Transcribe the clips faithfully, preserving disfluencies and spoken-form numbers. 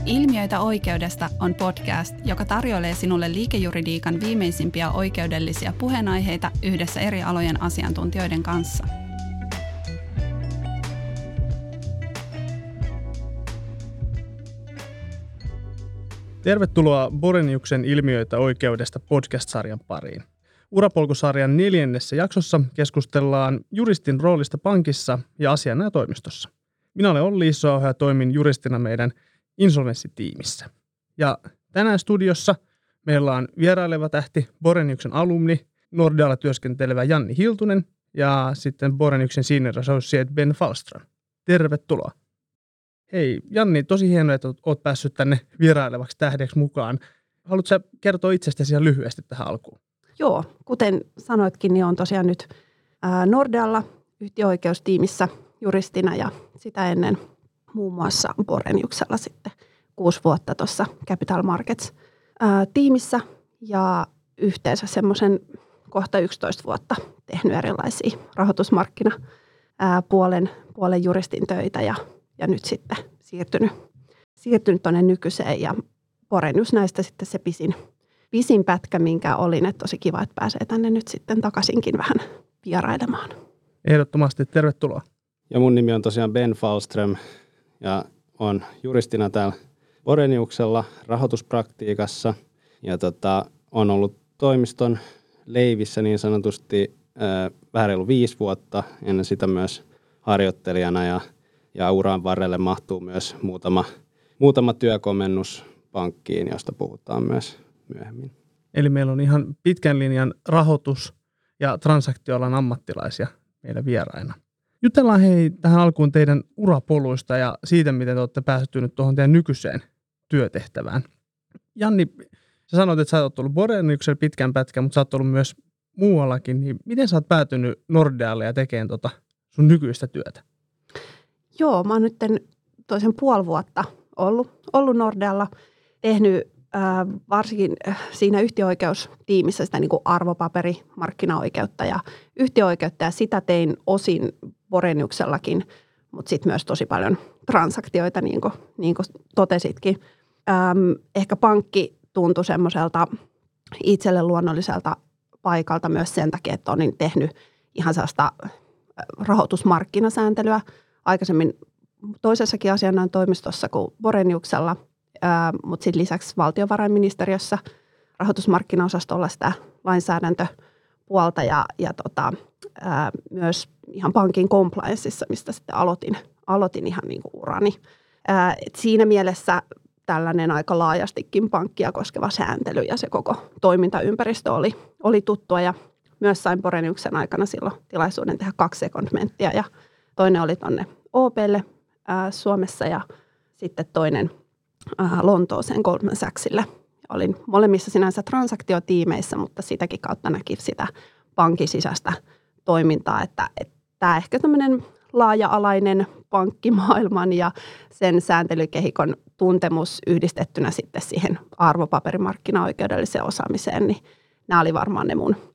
Ilmiöitä oikeudesta on podcast, joka tarjoilee sinulle liikejuridiikan viimeisimpiä oikeudellisia puheenaiheita yhdessä eri alojen asiantuntijoiden kanssa. Tervetuloa Boreniuksen Ilmiöitä oikeudesta podcast-sarjan pariin. Urapolkusarjan neljännessä jaksossa keskustellaan juristin roolista pankissa ja asianajotoimistossa. Minä olen Olli Isoaho ja toimin juristina meidän insolvenssitiimissä. Ja tänään studiossa meillä on vieraileva tähti Boreniuksen alumni, Nordealla työskentelevä Janni Hiltunen ja sitten Boreniuksen senior associate Ben Falström. Tervetuloa. Hei Janni, tosi hienoa, että olet päässyt tänne vierailevaksi tähdeksi mukaan. Haluatko sä kertoa itsestäsi ihan lyhyesti tähän alkuun? Joo, kuten sanoitkin, niin olen tosiaan nyt Nordealla yhtiöoikeustiimissä juristina ja sitä ennen muun muassa Boreniuksella sitten kuusi vuotta tuossa Capital Markets-tiimissä ja yhteensä semmoisen kohta yksitoista vuotta tehnyt erilaisia rahoitusmarkkinapuolen puolen juristin töitä ja, ja nyt sitten siirtynyt, siirtynyt tuonne nykyiseen ja Borenius näistä sitten se pisin, pisin pätkä, minkä olin, että tosi kiva, että pääsee tänne nyt sitten takaisinkin vähän vierailemaan. Ehdottomasti tervetuloa. Ja mun nimi on tosiaan Ben Falström ja on juristina täällä Boreniuksella rahoituspraktiikassa ja tota, on ollut toimiston leivissä niin sanotusti äh, vähän reilu viisi vuotta, ennen sitä myös harjoittelijana ja, ja uraan varrelle mahtuu myös muutama, muutama työkomennus pankkiin, josta puhutaan myös myöhemmin. Eli meillä on ihan pitkän linjan rahoitus- ja transaktioalan ammattilaisia meidän vieraina. Jutellaan hei tähän alkuun teidän urapoluista ja siitä, miten te olette päässyt tuohon teidän nykyiseen työtehtävään. Janni, sä sanoit, että sä oot ollut Boreniuksella pitkän pätkän, mutta sä oot ollut myös muuallakin. Niin miten sä oot päätynyt Nordealle ja tekemään tota sun nykyistä työtä? Joo, mä oon nyt toisen puoli vuotta ollut, ollut Nordealla, tehnyt äh, varsinkin siinä yhtiöoikeustiimissä sitä niin kuin arvopaperimarkkinaoikeutta ja yhtiöoikeutta ja sitä tein osin Boreniuksellakin, mutta sitten myös tosi paljon transaktioita, niin kuin, niin kuin totesitkin. Ähm, ehkä pankki tuntui semmoiselta itselle luonnolliselta paikalta myös sen takia, että olin tehnyt ihan sellaista rahoitusmarkkinasääntelyä aikaisemmin toisessakin asianajan toimistossa kuin Boreniuksella, äh, mutta sitten lisäksi valtiovarainministeriössä rahoitusmarkkinaosastolla sitä lainsäädäntöpuolta ja, ja tota, äh, myös ihan pankin complianceissa, mistä sitten aloitin, aloitin ihan niin kuin urani. Ää, et siinä mielessä tällainen aika laajastikin pankkia koskeva sääntely ja se koko toimintaympäristö oli, oli tuttua ja myös sain Boreniuksen aikana silloin tilaisuuden tehdä kaksi secondmenttia ja toinen oli tuonne O P:lle ää, Suomessa ja sitten toinen ää, Lontooseen Goldman Sachsille. Olin molemmissa sinänsä transaktiotiimeissä, mutta sitäkin kautta näki sitä pankin sisäistä toimintaa, että, että tämä ehkä tämmöinen laaja-alainen pankkimaailman ja sen sääntelykehikon tuntemus yhdistettynä sitten siihen arvopaperimarkkinaoikeudelliseen osaamiseen, niin nämä oli varmaan ne mun,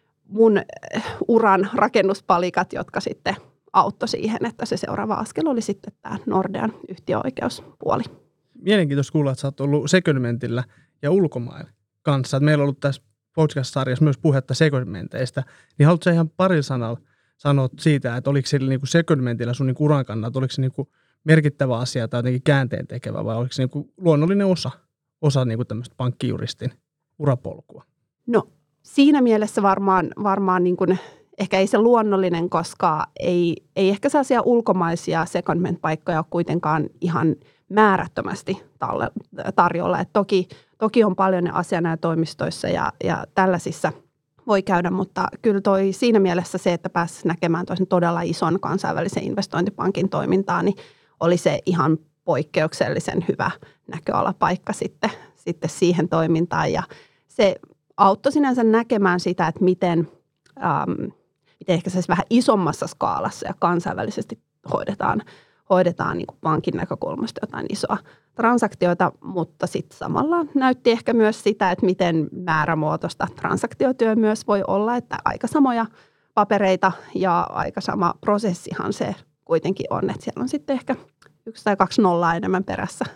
mun uran rakennuspalikat, jotka sitten auttoi siihen, että se seuraava askel oli sitten tämä Nordean yhtiöoikeuspuoli. Mielenkiintoista kuulla, että sä oot ollut secondmentillä ja ulkomailla kanssa. Meillä on ollut tässä podcast-sarjassa myös puhetta secondmenteistä, niin haluatko ihan parilla sanalla sanoa siitä, että oliko sillä niinku secondmentillä sun niinku uran kannalta, oliko se niinku merkittävä asia tai jotenkin käänteen tekevä vai oliko se niinku luonnollinen osa, osa niinku tämmöistä pankkijuristin urapolkua? No siinä mielessä varmaan, varmaan niin kuin, ehkä ei se luonnollinen, koska ei, ei ehkä sellaisia ulkomaisia secondment-paikkoja ole kuitenkaan ihan määrättömästi tarjolla. Et toki, toki on paljon ne asianajotoimistoissa ja, ja tällaisissa voi käydä, mutta kyllä toi siinä mielessä se, että pääsi näkemään toisen todella ison kansainvälisen investointipankin toimintaa, niin oli se ihan poikkeuksellisen hyvä näköalapaikka sitten, sitten siihen toimintaan. Ja se auttoi sinänsä näkemään sitä, että miten, ähm, miten ehkä se vähän isommassa skaalassa ja kansainvälisesti hoidetaan, hoidetaan niin kuin pankin näkökulmasta jotain isoa transaktioita, mutta sitten samalla näytti ehkä myös sitä, että miten määrämuotoista transaktiotyö myös voi olla, että aika samoja papereita ja aika sama prosessihan se kuitenkin on, että siellä on sitten ehkä yksi tai kaksi nollaa enemmän perässä,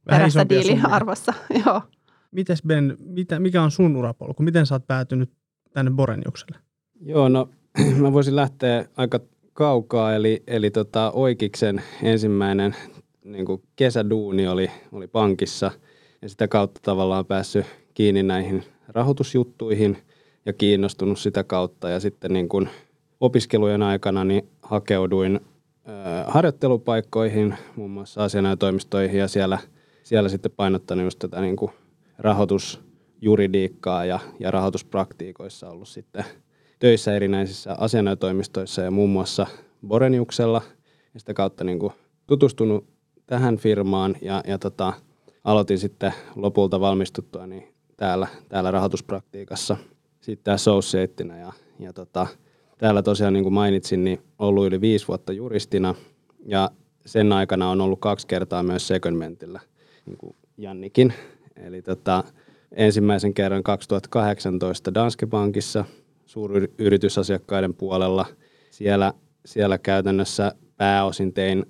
perässä diilin arvossa. Joo. Mites Ben, mitä, mikä on sun urapolku? Miten sä oot päätynyt tänne Boreniukselle? Joo, no mä voisin lähteä aika kaukaa, eli, eli tota, Oikiksen ensimmäinen niin kuin kesäduuni oli, oli pankissa ja sitä kautta tavallaan päässyt kiinni näihin rahoitusjuttuihin ja kiinnostunut sitä kautta ja sitten niin kuin opiskelujen aikana niin hakeuduin äh, harjoittelupaikkoihin, muun muassa asianajotoimistoihin ja siellä, siellä sitten painottanut just tätä niin kuin rahoitusjuridiikkaa ja, ja rahoituspraktiikoissa ollut sitten töissä erinäisissä asianajotoimistoissa ja muun muassa Boreniuksella ja sitä kautta niin kuin tutustunut tähän firmaan ja, ja tota, aloitin sitten lopulta valmistuttua niin täällä, täällä rahoituspraktiikassa sitten associateina ja, ja tota, täällä tosiaan niin kuin mainitsin, niin ollut yli viisi vuotta juristina ja sen aikana on ollut kaksi kertaa myös secondmentillä, niin kuin Jannikin. Eli tota, ensimmäisen kerran kaksituhattakahdeksantoista Danske Bankissa suuryritysasiakkaiden puolella. Siellä, siellä käytännössä pääosin tein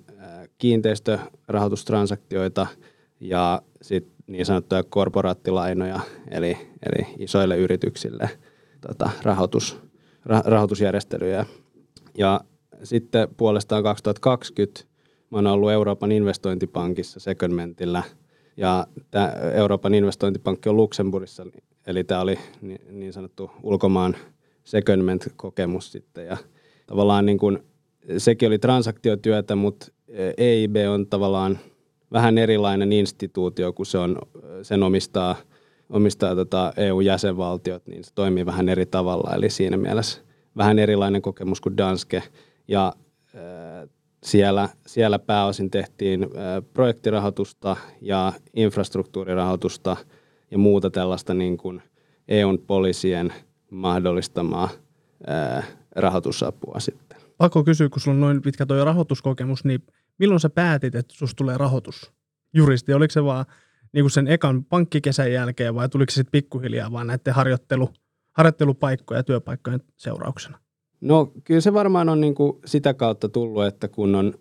kiinteistörahoitustransaktioita ja sit niin sanottuja korporaattilainoja, eli, eli isoille yrityksille tota, rahoitus, ra, rahoitusjärjestelyjä. Ja sitten puolestaan kaksituhattakaksikymmentä mä oon ollut Euroopan investointipankissa secondmentillä, ja tämä Euroopan investointipankki on Luxemburgissa, eli tämä oli niin, niin sanottu ulkomaan secondment-kokemus sitten, ja tavallaan niin kuin, sekin oli transaktiotyötä, mutta E I B on tavallaan vähän erilainen instituutio, kun se on, sen omistaa, omistaa tota E U-jäsenvaltiot, niin se toimii vähän eri tavalla. Eli siinä mielessä vähän erilainen kokemus kuin Danske. Ja äh, siellä, siellä pääosin tehtiin äh, projektirahoitusta ja infrastruktuurirahoitusta ja muuta tällaista niin kuin E U:n poliisien mahdollistamaa äh, rahoitusapua sitten. Pakko kysyä, kun sulla on noin pitkä tuo rahoituskokemus, niin milloin sä päätit, että susta tulee rahoitusjuristi? Oliko se vaan niin kuin sen ekan pankkikesän jälkeen vai tuliko se sitten pikkuhiljaa vaan näiden harjoittelu, harjoittelupaikkojen ja työpaikkojen seurauksena? No kyllä se varmaan on niin kuin sitä kautta tullut, että kun on,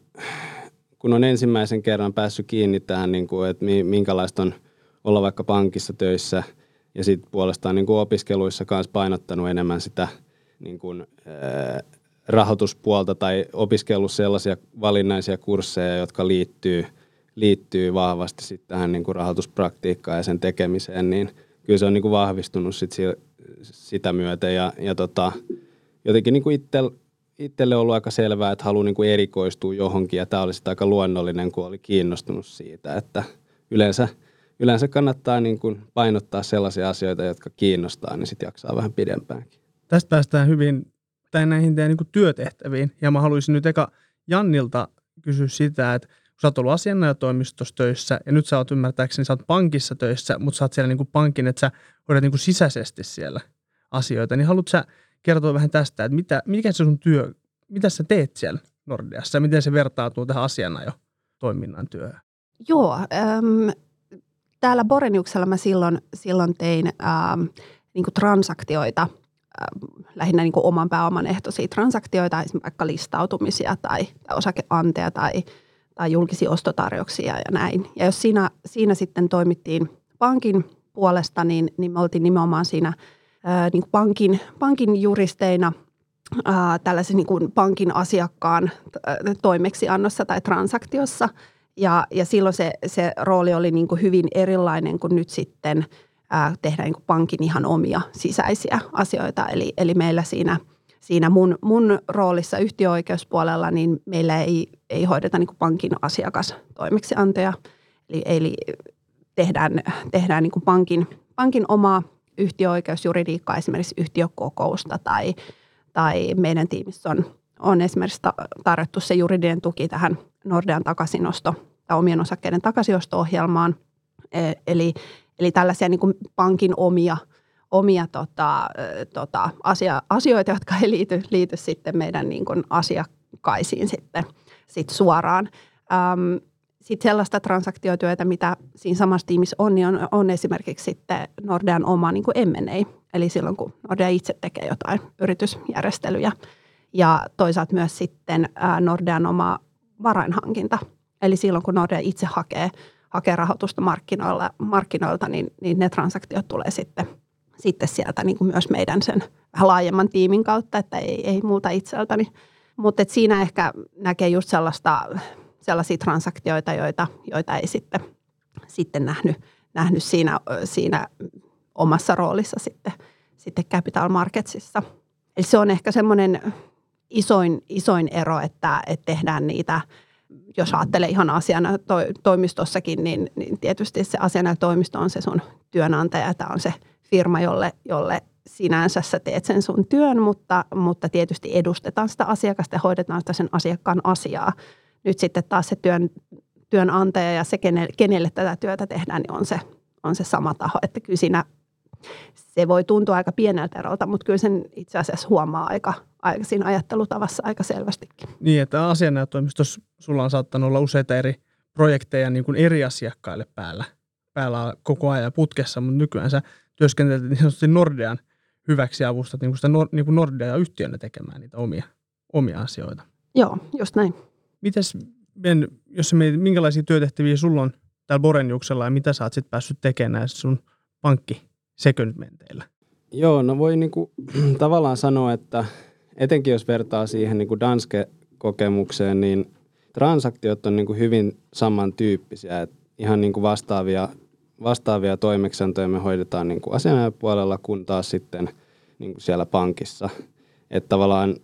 kun on ensimmäisen kerran päässyt kiinni tähän, niin kuin, että minkälaista on olla vaikka pankissa töissä ja sitten puolestaan niin kuin opiskeluissa kanssa painottanut enemmän sitä niin kuin, ää, rahoituspuolta tai opiskellut sellaisia valinnaisia kursseja, jotka liittyy, liittyy vahvasti sit tähän niin kuin rahoituspraktiikkaan ja sen tekemiseen, niin kyllä se on niin kuin vahvistunut sit sitä myöten. Ja, ja tota, jotenkin niin kuin itse, itselle on ollut aika selvää, että haluaa niin kuin erikoistua johonkin, ja tämä oli sitten aika luonnollinen, kun oli kiinnostunut siitä, että yleensä, yleensä kannattaa niin kuin painottaa sellaisia asioita, jotka kiinnostaa, niin sitten jaksaa vähän pidempäänkin. Tästä päästään hyvin tai näihin teidän niin työtehtäviin. Ja mä haluaisin nyt eka Jannilta kysyä sitä, että kun sä oot ollut asianajotoimistossa töissä ja nyt sä oot ymmärtääkseni, sä oot pankissa töissä, mutta sä oot siellä niin kuin pankin, että sä hoidat niin kuin sisäisesti siellä asioita, niin haluatko sä kertoa vähän tästä, että mitä, mikä se sun työ, mitä sä teet siellä Nordeassa ja miten se vertautuu tähän asianajotoiminnan työhön? Joo, äm, täällä Boreniuksella mä silloin, silloin tein äm, niin kuin transaktioita, lähinnä niin kuin oman pääoman ehtoisia transaktioita, esimerkiksi vaikka listautumisia tai, tai osakeanteja tai, tai julkisia ostotarjouksia ja näin. Ja jos siinä, siinä sitten toimittiin pankin puolesta, niin, niin me oltiin nimenomaan siinä ää, niin kuin pankin, pankin juristeina ää, tällaisen niin kuin pankin asiakkaan ää, toimeksiannossa tai transaktiossa. Ja, ja silloin se, se rooli oli niin kuin hyvin erilainen kuin nyt sitten tehdään niin kuin pankin ihan omia sisäisiä asioita. Eli, eli meillä siinä, siinä mun, mun roolissa yhtiöoikeuspuolella, niin meillä ei, ei hoideta niin kuin pankin asiakastoimeksiantoja. Eli, eli tehdään, tehdään niin kuin pankin, pankin omaa yhtiöoikeusjuridiikkaa, esimerkiksi yhtiökokousta tai, tai meidän tiimissä on, on esimerkiksi tarjottu se juridinen tuki tähän Nordean takaisinosto tai omien osakkeiden takaisinosto-ohjelmaan. Eli Eli tällaisia niin kuin pankin omia, omia tota, tota, asia, asioita, jotka ei liity, liity sitten meidän niin kuin asiakkaisiin sitten, sit suoraan. Ähm, sitten sellaista transaktiotyötä, mitä siinä samassa tiimissä on, niin on, on esimerkiksi sitten Nordean oma niin kuin M and A. Eli silloin, kun Nordea itse tekee jotain yritysjärjestelyjä. Ja toisaalta myös sitten ää, Nordean oma varainhankinta. Eli silloin, kun Nordea itse hakee hakea rahoitusta markkinoilla, markkinoilta, niin, niin ne transaktiot tulee sitten, sitten sieltä niin kuin myös meidän sen vähän laajemman tiimin kautta, että ei, ei multa itseltäni. Mutta siinä ehkä näkee just sellaista, sellaisia transaktioita, joita, joita ei sitten, sitten nähnyt, nähnyt siinä, siinä omassa roolissa sitten, sitten Capital Marketsissa. Eli se on ehkä semmoinen isoin, isoin ero, että, että tehdään niitä, jos ajattelee ihan asiana to, toimistossakin, niin, niin tietysti se asianajotoimisto on se sun työnantaja, tämä on se firma, jolle, jolle sinänsä sä teet sen sun työn, mutta, mutta tietysti edustetaan sitä asiakasta ja hoidetaan sitä sen asiakkaan asiaa. Nyt sitten taas se työn, työnantaja ja se, kenelle, kenelle tätä työtä tehdään, niin on se, on se sama taho. Että kyllä siinä se voi tuntua aika pieneltä erolta, mutta kyllä sen itse asiassa huomaa aika, aika siinä ajattelutavassa aika selvästikin. Niin, että asianajotoimistossa sulla on saattanut olla useita eri projekteja niin kuin eri asiakkaille päällä, päällä koko ajan putkessa, mutta nykyään sä työskentelet niin sanotusti Nordean hyväksi ja avustat niin kuin sitä Nor- niin kuin Nordea yhtiönä tekemään niitä omia, omia asioita. Joo, just näin. Mites, Ben, jos sä mietit, minkälaisia työtehtäviä sulla on täällä Boreniuksella ja mitä sä oot sitten päässyt tekemään näissä sun pankkisegmenteillä? Joo, no voi niinku, tavallaan sanoa, että etenkin jos vertaa siihen niinku Danske-kokemukseen, niin transaktiot on niinku hyvin samantyyppisiä. Et ihan niinku vastaavia, vastaavia toimeksiantoja me hoidetaan niinku asianajapuolella kun taas sitten niinku siellä pankissa. Että tavallaan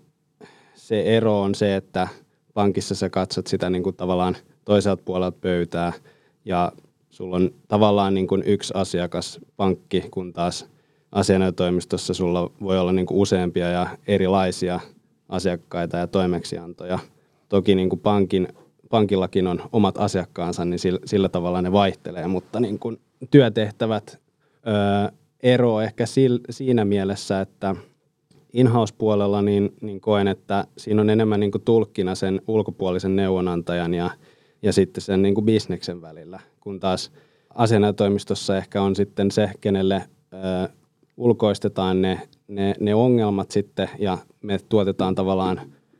se ero on se, että pankissa sä katsot sitä niinku tavallaan toiselta puolelta pöytää ja sulla on tavallaan niin kuin yksi asiakas pankki, kun taas asianajotoimistossa sulla voi olla niin kuin useampia ja erilaisia asiakkaita ja toimeksiantoja. Toki niin kuin pankin, pankillakin on omat asiakkaansa, niin sillä, sillä tavalla ne vaihtelee, mutta niin kuin työtehtävät öö, ero ehkä sil, siinä mielessä, että in-house-puolella niin, niin koen, että siinä on enemmän niin kuin tulkkina sen ulkopuolisen neuvonantajan ja ja sitten sen niin kuin bisneksen välillä, kun taas asianajotoimistossa ehkä on sitten se, kenelle ö, ulkoistetaan ne, ne, ne ongelmat sitten ja me tuotetaan tavallaan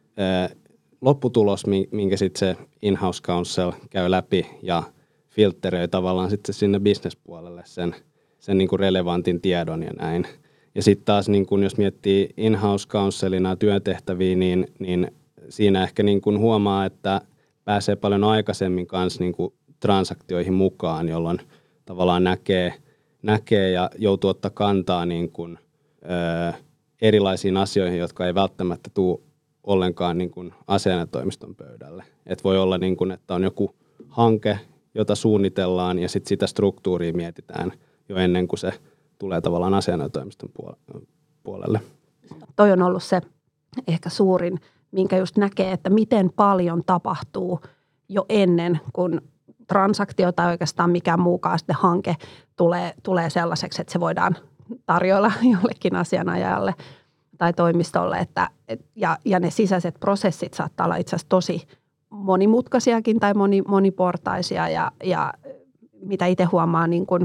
ö, lopputulos, minkä sitten se in-house counsel käy läpi ja filtteröi tavallaan sitten sinne business-puolelle sen, sen niin kuin relevantin tiedon ja näin. Ja sitten taas niin kuin jos miettii in-house counselina työtehtäviä, niin, niin siinä ehkä niin kuin huomaa, että pääsee paljon aikaisemmin kanssa niin kuin transaktioihin mukaan, jolloin tavallaan näkee, näkee ja joutuu ottaa kantaa niin kuin, ö, erilaisiin asioihin, jotka ei välttämättä tule ollenkaan niin kuin asianajotoimiston pöydälle. Et voi olla, niin kuin, että on joku hanke, jota suunnitellaan ja sitten sitä struktuuria mietitään jo ennen kuin se tulee tavallaan asianajotoimiston puolelle. Toi on ollut se ehkä suurin, minkä just näkee, että miten paljon tapahtuu jo ennen, kun transaktio tai oikeastaan mikään muukaan sitten hanke tulee, tulee sellaiseksi, että se voidaan tarjoilla jollekin asianajajalle tai toimistolle. Että, et, ja, ja ne sisäiset prosessit saattaa olla itse asiassa tosi monimutkaisiakin tai moni, moniportaisia ja, ja mitä itse huomaa, niin kun,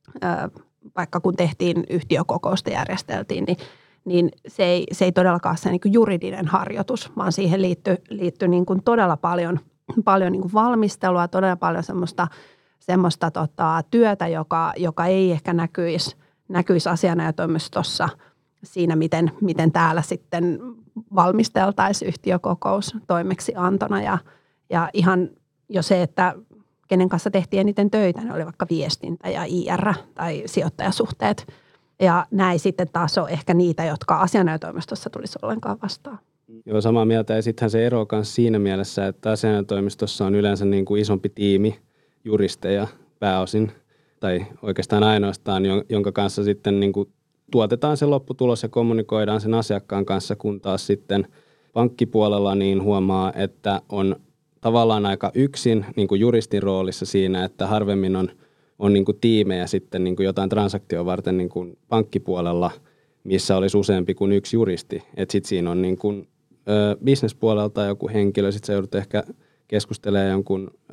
ö, vaikka kun tehtiin yhtiökokousta järjesteltiin, niin niin se ei, se ei todellakaan ole se niin kuin juridinen harjoitus, vaan siihen liittyy, liittyy niin kuin todella paljon, paljon niin kuin valmistelua, todella paljon semmoista, semmoista tota, työtä, joka, joka ei ehkä näkyisi, näkyisi asianajotoimistossa siinä, miten, miten täällä sitten valmisteltaisiin yhtiökokous toimeksiantona. Ja, ja ihan jo se, että kenen kanssa tehtiin eniten töitä, ne oli vaikka viestintä ja I R tai sijoittajasuhteet. Ja näin sitten taas on ehkä niitä, jotka asianajotoimistossa tulisi ollenkaan vastaan. Joo, samaa mieltä. Ja sittenhän se ero on myös siinä mielessä, että asianajotoimistossa on yleensä niin kuin isompi tiimi juristeja pääosin, tai oikeastaan ainoastaan, jonka kanssa sitten niin kuin tuotetaan se lopputulos ja kommunikoidaan sen asiakkaan kanssa, kun taas sitten pankkipuolella niin huomaa, että on tavallaan aika yksin niin kuin juristin roolissa siinä, että harvemmin on on niin kuin tiimejä sitten niin kuin jotain transaktioa varten niin kuin pankkipuolella, missä olisi useampi kuin yksi juristi. Että sitten siinä on niin kuin, ö, businesspuolelta joku henkilö, sitten sä joudut ehkä keskustelemaan jonkun ö,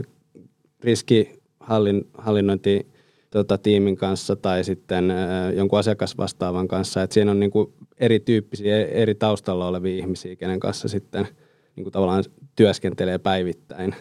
riskihallinnointi tota, tiimin kanssa tai sitten ö, jonkun asiakasvastaavan kanssa. Että siinä on niin kuin erityyppisiä, eri taustalla olevia ihmisiä, kenen kanssa sitten niin kuin tavallaan työskentelee päivittäin.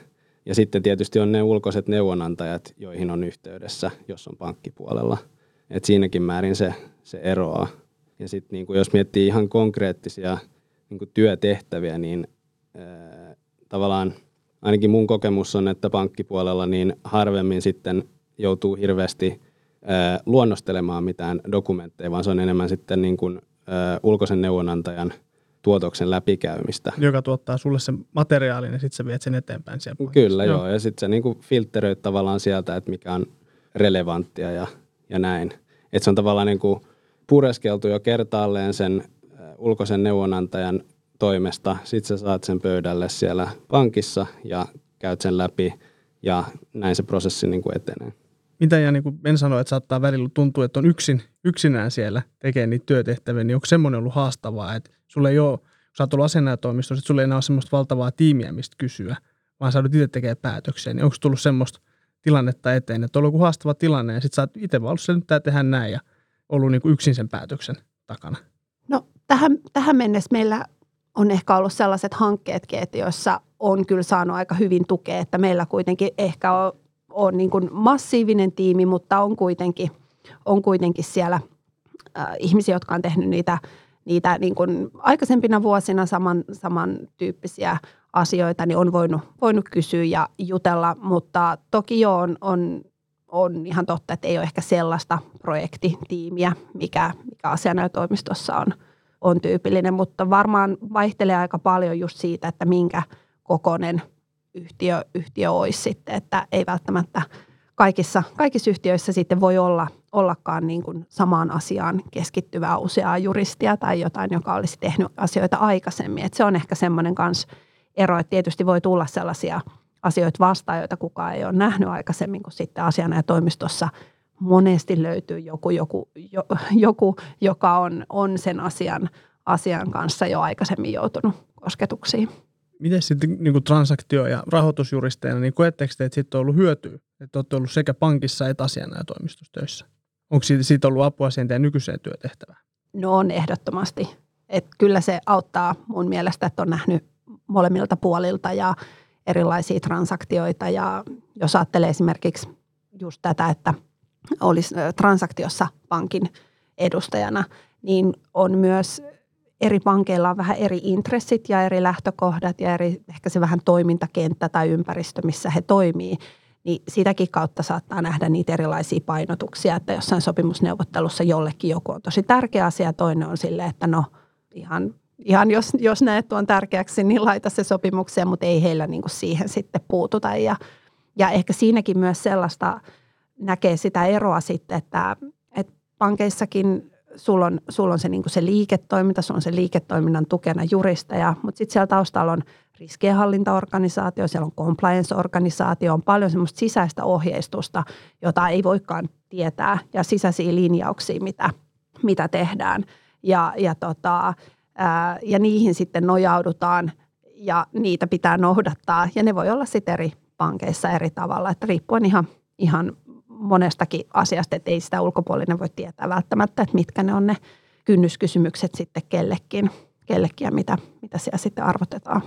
Ja sitten tietysti on ne ulkoiset neuvonantajat, joihin on yhteydessä, jos on pankkipuolella. Et siinäkin määrin se, se eroaa. Ja sitten niin jos miettii ihan konkreettisia niin kuin työtehtäviä, niin ää, tavallaan ainakin mun kokemus on, että pankkipuolella niin harvemmin sitten joutuu hirveästi ää, luonnostelemaan mitään dokumentteja, vaan se on enemmän sitten niin kuin, ää, ulkoisen neuvonantajan tuotoksen läpikäymistä. Joka tuottaa sulle sen materiaalin ja sitten sä viet sen eteenpäin siellä pankissa. Kyllä joo, joo. Ja sitten sä niin kuin filtteröit tavallaan sieltä, että mikä on relevanttia ja, ja näin. Että se on tavallaan niin kuin pureskeltu jo kertaalleen sen ää, ulkoisen neuvonantajan toimesta. Sitten sä saat sen pöydälle siellä pankissa ja käyt sen läpi ja näin se prosessi niin kuin etenee. Mitä ja niin kuin Ben sanoi, että saattaa välillä tuntua, että on yksin, yksinään siellä tekee niitä työtehtäviä, niin onko semmoinen ollut haastavaa, että sulle ei ole, kun sä oot ollut asianajotoimistossa, että sulle ei enää ole semmoista valtavaa tiimiä, mistä kysyä, vaan sä olet itse tekemään päätöksiä, niin onko tullut semmoista tilannetta eteen, että on ollut joku haastava tilanne ja sitten sä oot itse vaan ollut, että nyt tää tehdään näin ja ollut niin kuin yksin sen päätöksen takana? No tähän, tähän mennessä meillä on ehkä ollut sellaiset hankkeetkin, että joissa on kyllä saanut aika hyvin tukea, että meillä kuitenkin ehkä on, on niin kuin massiivinen tiimi, mutta on kuitenkin, on kuitenkin siellä äh, ihmisiä, jotka on tehnyt niitä, niitä niin kuin aikaisempina vuosina saman, samantyyppisiä asioita, niin on voinut, voinut kysyä ja jutella, mutta toki jo on, on, on ihan totta, että ei ole ehkä sellaista projektitiimiä, mikä, mikä asianajotoimistossa on. on tyypillinen, mutta varmaan vaihtelee aika paljon just siitä, että minkä kokoinen yhtiö, yhtiö olisi sitten, että ei välttämättä kaikissa, kaikissa yhtiöissä sitten voi olla, ollakaan niin kuin samaan asiaan keskittyvää useaa juristia tai jotain, joka olisi tehnyt asioita aikaisemmin. Että se on ehkä semmoinen kans ero, että tietysti voi tulla sellaisia asioita vastaan, joita kukaan ei ole nähnyt aikaisemmin, kun sitten asianajotoimistossa monesti löytyy joku, joku, jo, joku joka on, on sen asian, asian kanssa jo aikaisemmin joutunut kosketuksiin. Miten sitten niin kuin transaktio- ja rahoitusjuristeina, niin koettekö te, että siitä on ollut hyötyä, että olette ollut sekä pankissa että asianajotoimistossa töissä? Onko siitä, siitä ollut apua siihen teidän nykyiseen työtehtävään? No on ehdottomasti. Että kyllä se auttaa mun mielestä, että on nähnyt molemmilta puolilta ja erilaisia transaktioita. Ja jos ajattelee esimerkiksi just tätä, että olisi transaktiossa pankin edustajana, niin on myös eri pankeilla on vähän eri intressit ja eri lähtökohdat ja eri, ehkä se vähän toimintakenttä tai ympäristö, missä he toimii, niin sitäkin kautta saattaa nähdä niitä erilaisia painotuksia, että jossain sopimusneuvottelussa jollekin joku on tosi tärkeä asia, toinen on silleen, että no ihan, ihan jos, jos näet tuon tärkeäksi, niin laita se sopimukseen, mutta ei heillä niin kuin siihen sitten puututa ja, ja ehkä siinäkin myös sellaista näkee sitä eroa sitten, että, että pankeissakin sulla on, sulla on se, niin kuin se liiketoiminta, sulla on se liiketoiminnan tukena juristeja, mutta sitten siellä taustalla on riskienhallintaorganisaatio, siellä on compliance-organisaatio, on paljon semmoista sisäistä ohjeistusta, jota ei voikaan tietää ja sisäisiä linjauksia, mitä, mitä tehdään ja, ja, tota, ää, ja niihin sitten nojaudutaan ja niitä pitää noudattaa ja ne voi olla sitten eri pankeissa eri tavalla, että riippuen ihan, ihan monestakin asiasta, että ei sitä ulkopuolinen voi tietää välttämättä, että mitkä ne on ne kynnyskysymykset sitten kellekin, kellekin ja mitä, mitä siellä sitten arvotetaan.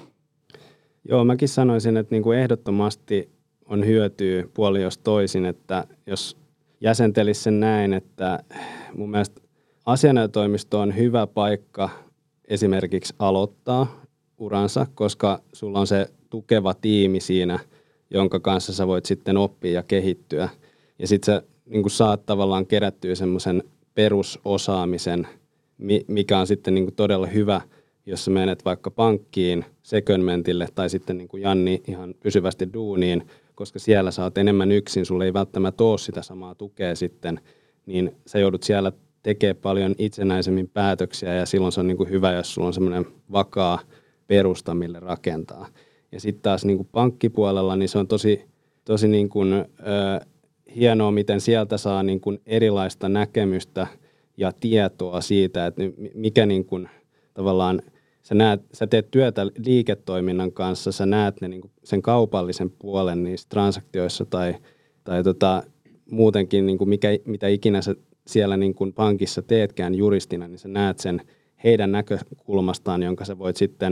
Joo, mäkin sanoisin, että niin kuin ehdottomasti on hyötyä puoli jos toisin, että jos jäsentelisi sen näin, että mun mielestä asianajotoimisto on hyvä paikka esimerkiksi aloittaa uransa, koska sulla on se tukeva tiimi siinä, jonka kanssa sä voit sitten oppia ja kehittyä. Ja sitten sä niin kun saat tavallaan kerättyä semmoisen perusosaamisen, mikä on sitten niin kun todella hyvä, jos sä menet vaikka pankkiin, secondmentille tai sitten niin kuin Janni ihan pysyvästi duuniin, koska siellä sä oot enemmän yksin, sulle ei välttämättä ole sitä samaa tukea sitten, niin sä joudut siellä tekemään paljon itsenäisemmin päätöksiä ja silloin se on niin kuin hyvä, jos sulla on semmoinen vakaa perusta, mille rakentaa. Ja sitten taas niin kuin pankkipuolella, niin se on tosi, tosi niin kuin, ö, hienoa, miten sieltä saa niin kuin erilaista näkemystä ja tietoa siitä, että mikä niin kuin, tavallaan sä, näet, sä teet työtä liiketoiminnan kanssa, sä näet ne, niin kuin sen kaupallisen puolen niissä transaktioissa tai, tai tota, muutenkin, niin kuin mikä, mitä ikinä sä siellä niin kuin pankissa teetkään juristina, niin sä näet sen heidän näkökulmastaan, jonka sä voit sitten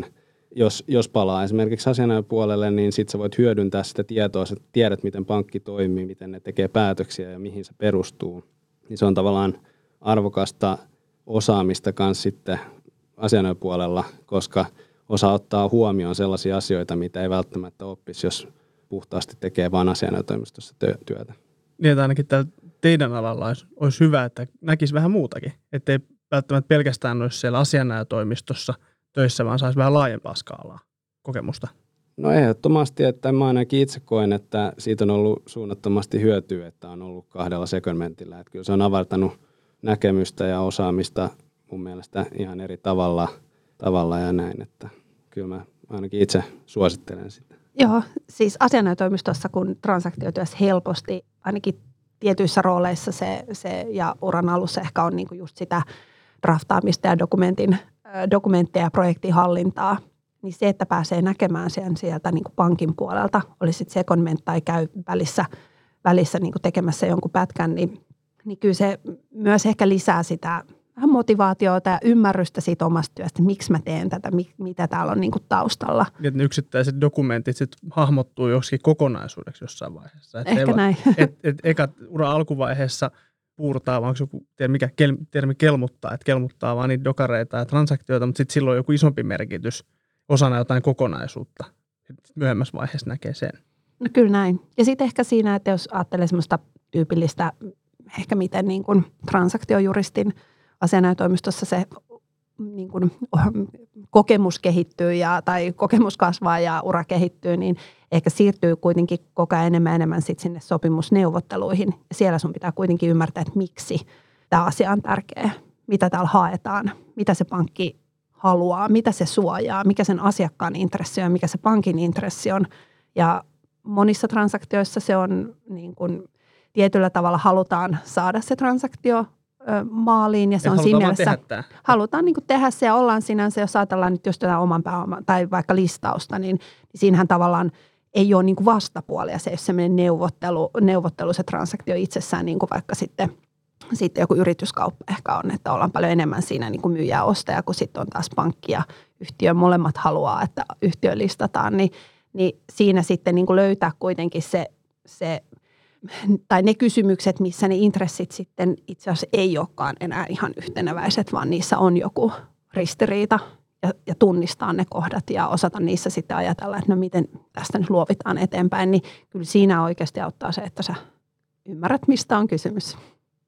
jos, jos palaa esimerkiksi asianajopuolelle, niin sitten sä voit hyödyntää sitä tietoa, sä tiedät, miten pankki toimii, miten ne tekee päätöksiä ja mihin se perustuu. Niin se on tavallaan arvokasta osaamista kanssa sitten asianajopuolella, koska osaa ottaa huomioon sellaisia asioita, mitä ei välttämättä oppisi, jos puhtaasti tekee vain asianajotoimistossa työtä. Niin, että ainakin täällä teidän alalla olisi, olisi hyvä, että näkisi vähän muutakin, ettei välttämättä pelkästään olisi siellä asianajotoimistossa töissä, vaan saisi vähän laajempaa skaalaa kokemusta. No ehdottomasti, että mä ainakin itse koen, että siitä on ollut suunnattomasti hyötyä, että on ollut kahdella segmentillä. Että kyllä se on avartanut näkemystä ja osaamista mun mielestä ihan eri tavalla, tavalla ja näin, että kyllä mä ainakin itse suosittelen sitä. Joo, siis asianajotoimistossa, kun transaktiotyössä helposti, ainakin tietyissä rooleissa se, se ja uran alussa ehkä on niinku just sitä draftaamista ja dokumentin, dokumentteja ja projektihallintaa, niin se, että pääsee näkemään sen sieltä niinku pankin puolelta, oli sitten secondment tai käy välissä, välissä niinku tekemässä jonkun pätkän, niin, niin kyllä se myös ehkä lisää sitä vähän motivaatiota ja ymmärrystä siitä omasta työstä, miksi mä teen tätä, mitä täällä on niinku taustalla. Niin, että ne yksittäiset dokumentit sit hahmottuu joskin kokonaisuudeksi jossain vaiheessa. Et Ehkä ei näin. Et, et, eka ura alkuvaiheessa puurtaa, vaan onko joku termi, mikä kel, termi kelmuttaa, että kelmuttaa vaan niitä dokareita ja transaktioita, mutta sitten silloin on joku isompi merkitys osana jotain kokonaisuutta. Sitten myöhemmässä vaiheessa näkee sen. No kyllä näin. Ja sitten ehkä siinä, että jos ajattelee semmoista tyypillistä, ehkä miten niin kuin transaktiojuristin asianajotoimistossa se niin kuin, kokemus kehittyy ja, tai kokemus kasvaa ja ura kehittyy, niin ehkä siirtyy kuitenkin koko ajan enemmän enemmän sit sinne sopimusneuvotteluihin. Ja siellä sun pitää kuitenkin ymmärtää, että miksi tämä asia on tärkeä, mitä täällä haetaan, mitä se pankki haluaa, mitä se suojaa, mikä sen asiakkaan intressi on, mikä se pankin intressi on. Ja monissa transaktioissa se on niin kuin, tietyllä tavalla halutaan saada se transaktio maaliin ja se Et on siinä mielessä, halutaan niin kuin tehdä se ja ollaan sinänsä, jos ajatellaan nyt just tätä oman pääoman tai vaikka listausta, niin, niin siinähän tavallaan ei ole niin kuin vastapuolia, se ei ole sellainen neuvottelu, neuvottelu se transaktio itsessään niin kuin vaikka sitten, sitten joku yrityskauppa ehkä on, että ollaan paljon enemmän siinä niin kuin myyjä ja ostaja, kun sitten on taas pankki ja yhtiö, molemmat haluaa, että yhtiö listataan, niin, niin siinä sitten niin kuin löytää kuitenkin se, se tai ne kysymykset, missä ne intressit sitten itse asiassa ei olekaan enää ihan yhteneväiset, vaan niissä on joku ristiriita ja, ja tunnistaa ne kohdat ja osata niissä sitten ajatella, että no miten tästä nyt luovitaan eteenpäin, niin kyllä siinä oikeasti auttaa se, että sä ymmärrät, mistä on kysymys.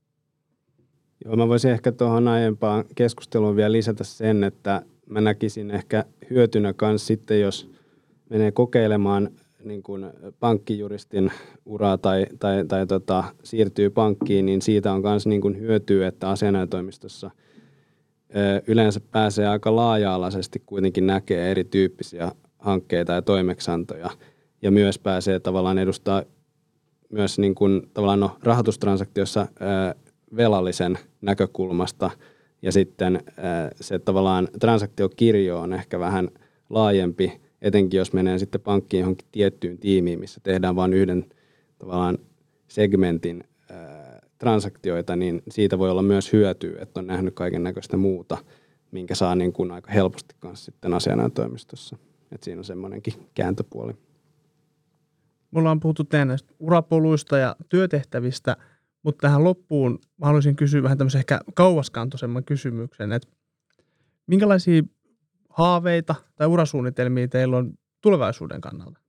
Joo, mä voisin ehkä tuohon aiempaan keskusteluun vielä lisätä sen, että mä näkisin ehkä hyötynä kanssa sitten, jos menee kokeilemaan niin kuin pankkijuristin uraa tai, tai, tai tota, siirtyy pankkiin, niin siitä on myös niin kuin hyötyä, että asianajotoimistossa ö, yleensä pääsee aika laaja-alaisesti kuitenkin näkee erityyppisiä hankkeita ja toimeksiantoja ja myös pääsee tavallaan edustaa myös niin kuin, tavallaan no, rahoitustransaktiossa ö, velallisen näkökulmasta ja sitten ö, se tavallaan transaktiokirjo on ehkä vähän laajempi, etenkin jos menee sitten pankkiin johonkin tiettyyn tiimiin, missä tehdään vain yhden tavallaan segmentin ää, transaktioita, niin siitä voi olla myös hyötyä, että on nähnyt kaiken näköistä muuta, minkä saa niin kuin aika helposti kanssa sitten asianajotoimistossa. Että siinä on semmoinenkin kääntöpuoli. Mulla on puhuttu teidän näistä urapoluista ja työtehtävistä, mutta tähän loppuun mä haluaisin kysyä vähän tämmöisen ehkä kauaskantoisemman kysymyksen, että minkälaisia haaveita tai urasuunnitelmia teillä on tulevaisuuden kannalta?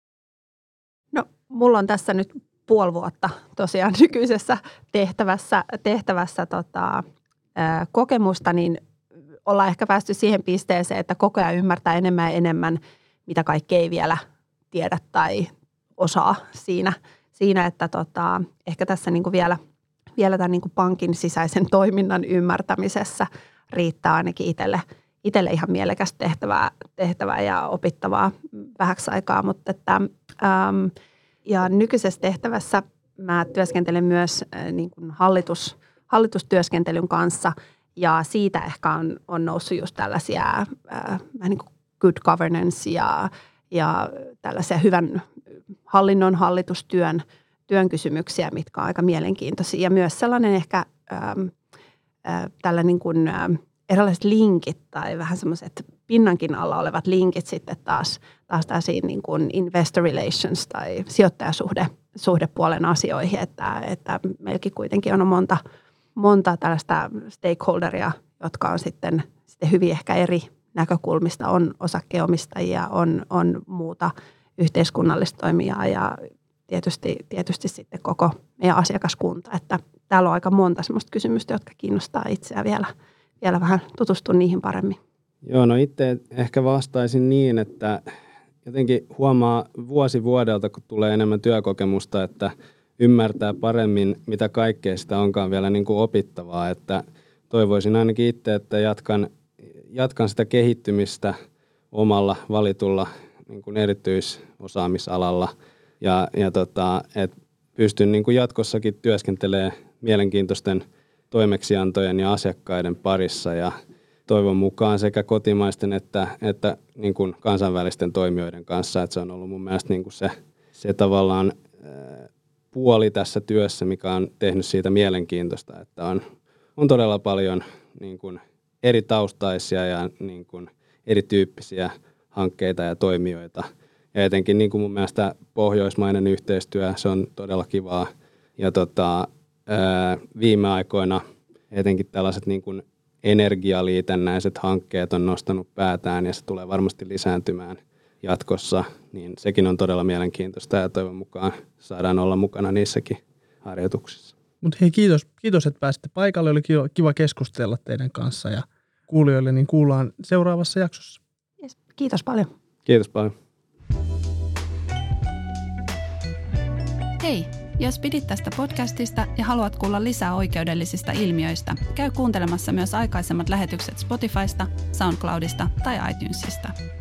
No, mulla on tässä nyt puoli vuotta tosiaan nykyisessä tehtävässä, tehtävässä tota, ää, kokemusta, niin ollaan ehkä päästy siihen pisteeseen, että koko ajan ymmärtää enemmän ja enemmän, mitä kaikki ei vielä tiedä tai osaa siinä, siinä että tota, ehkä tässä niinku vielä, vielä tämän niinku pankin sisäisen toiminnan ymmärtämisessä riittää ainakin itselle itselle ihan mielekästä tehtävää, tehtävää ja opittavaa vähäksi aikaa, mutta että, äm, ja nykyisessä tehtävässä mä työskentelen myös äh, niin kuin hallitus, hallitustyöskentelyn kanssa ja siitä ehkä on, on noussut just tällaisia äh, niin kuin good governance ja, ja tällaisia hyvän hallinnon hallitustyön työn kysymyksiä, mitkä on aika mielenkiintoisia ja myös sellainen ehkä ähm, äh, tällä niin kuin, äh, erilaiset linkit tai vähän semmoiset pinnankin alla olevat linkit sitten taas, taas tällaisiin niin kuin investor relations tai sijoittajasuhde suhdepuolen asioihin, että, että meilläkin kuitenkin on monta, monta tällaista stakeholderia, jotka on sitten, sitten hyvin ehkä eri näkökulmista, on osakkeenomistajia, on, on muuta yhteiskunnallista toimijaa ja tietysti, tietysti sitten koko meidän asiakaskunta, että täällä on aika monta sellaista kysymystä, jotka kiinnostaa itseä vielä, vielä vähän tutustua niihin paremmin. Joo, no itse ehkä vastaisin niin, että jotenkin huomaa vuosi vuodelta, kun tulee enemmän työkokemusta, että ymmärtää paremmin, mitä kaikkea sitä onkaan vielä niin kuin opittavaa, että toivoisin ainakin itse, että jatkan, jatkan sitä kehittymistä omalla valitulla niin kuin erityisosaamisalalla ja, ja tota, että pystyn niin kuin jatkossakin työskentelemään mielenkiintoisten toimeksiantojen ja asiakkaiden parissa ja toivon mukaan sekä kotimaisten että, että niin kuin kansainvälisten toimijoiden kanssa, että se on ollut mun mielestä niin kuin se, se tavallaan ää, puoli tässä työssä, mikä on tehnyt siitä mielenkiintoista, että on, on todella paljon niin kuin eri taustaisia ja niin kuin erityyppisiä hankkeita ja toimijoita. Ja etenkin niin kuin mun mielestä pohjoismainen yhteistyö, se on todella kivaa. Ja tota, ää, viime aikoina etenkin tällaiset niin kuin energialiitännäiset hankkeet on nostanut päätään ja se tulee varmasti lisääntymään jatkossa, niin sekin on todella mielenkiintoista ja toivon mukaan saadaan olla mukana niissäkin harjoituksissa. Mutta hei, kiitos, kiitos, että pääsitte paikalle. Oli kiva, kiva keskustella teidän kanssa ja kuulijoille niin kuullaan seuraavassa jaksossa. Yes, kiitos paljon. Kiitos paljon. Hei! Jos pidit tästä podcastista ja haluat kuulla lisää oikeudellisista ilmiöistä, käy kuuntelemassa myös aikaisemmat lähetykset Spotifysta, SoundCloudista tai iTunesista.